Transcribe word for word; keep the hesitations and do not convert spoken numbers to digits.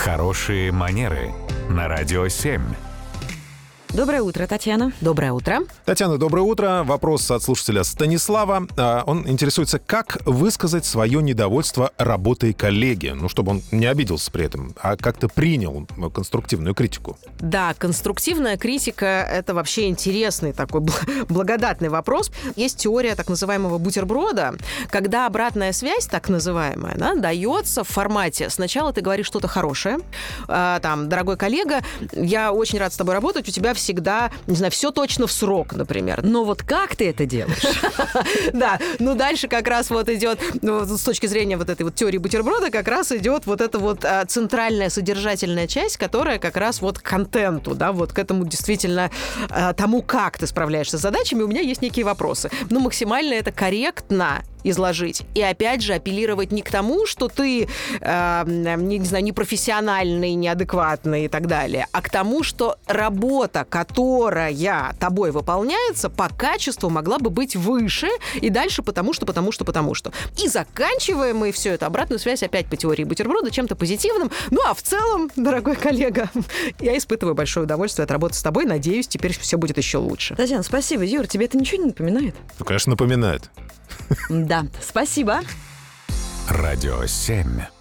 Хорошие манеры на Радио семь. Доброе утро, Татьяна. Доброе утро. Татьяна, доброе утро. Вопрос от слушателя Станислава. Он интересуется, как высказать свое недовольство работой коллеги, ну, чтобы он не обиделся при этом, а как-то принял конструктивную критику. Да, конструктивная критика — это вообще интересный такой благодатный вопрос. Есть теория так называемого бутерброда, когда обратная связь, так называемая, да, дается в формате: сначала ты говоришь что-то хорошее, там, дорогой коллега, я очень рад с тобой работать, у тебя всегда, не знаю, все точно в срок, например. Но вот как ты это делаешь? Да, ну дальше как раз вот идет, с точки зрения вот этой вот теории бутерброда, как раз идет вот эта вот центральная содержательная часть, которая как раз вот к контенту, да, вот к этому действительно тому, как ты справляешься с задачами, у меня есть некие вопросы. Ну, максимально это корректно изложить. И опять же апеллировать не к тому, что ты, э, не, не знаю, непрофессиональный, неадекватный и так далее, а к тому, что работа, которая тобой выполняется, по качеству могла бы быть выше, и дальше потому что, потому что, потому что. И заканчиваем мы все это, обратную связь опять по теории бутерброда, чем-то позитивным. Ну, а в целом, дорогой коллега, я испытываю большое удовольствие от работы с тобой. Надеюсь, теперь все будет еще лучше. Татьяна, спасибо. Юр, тебе это ничего не напоминает? Ну, конечно, напоминает. Да, спасибо. Радио семь.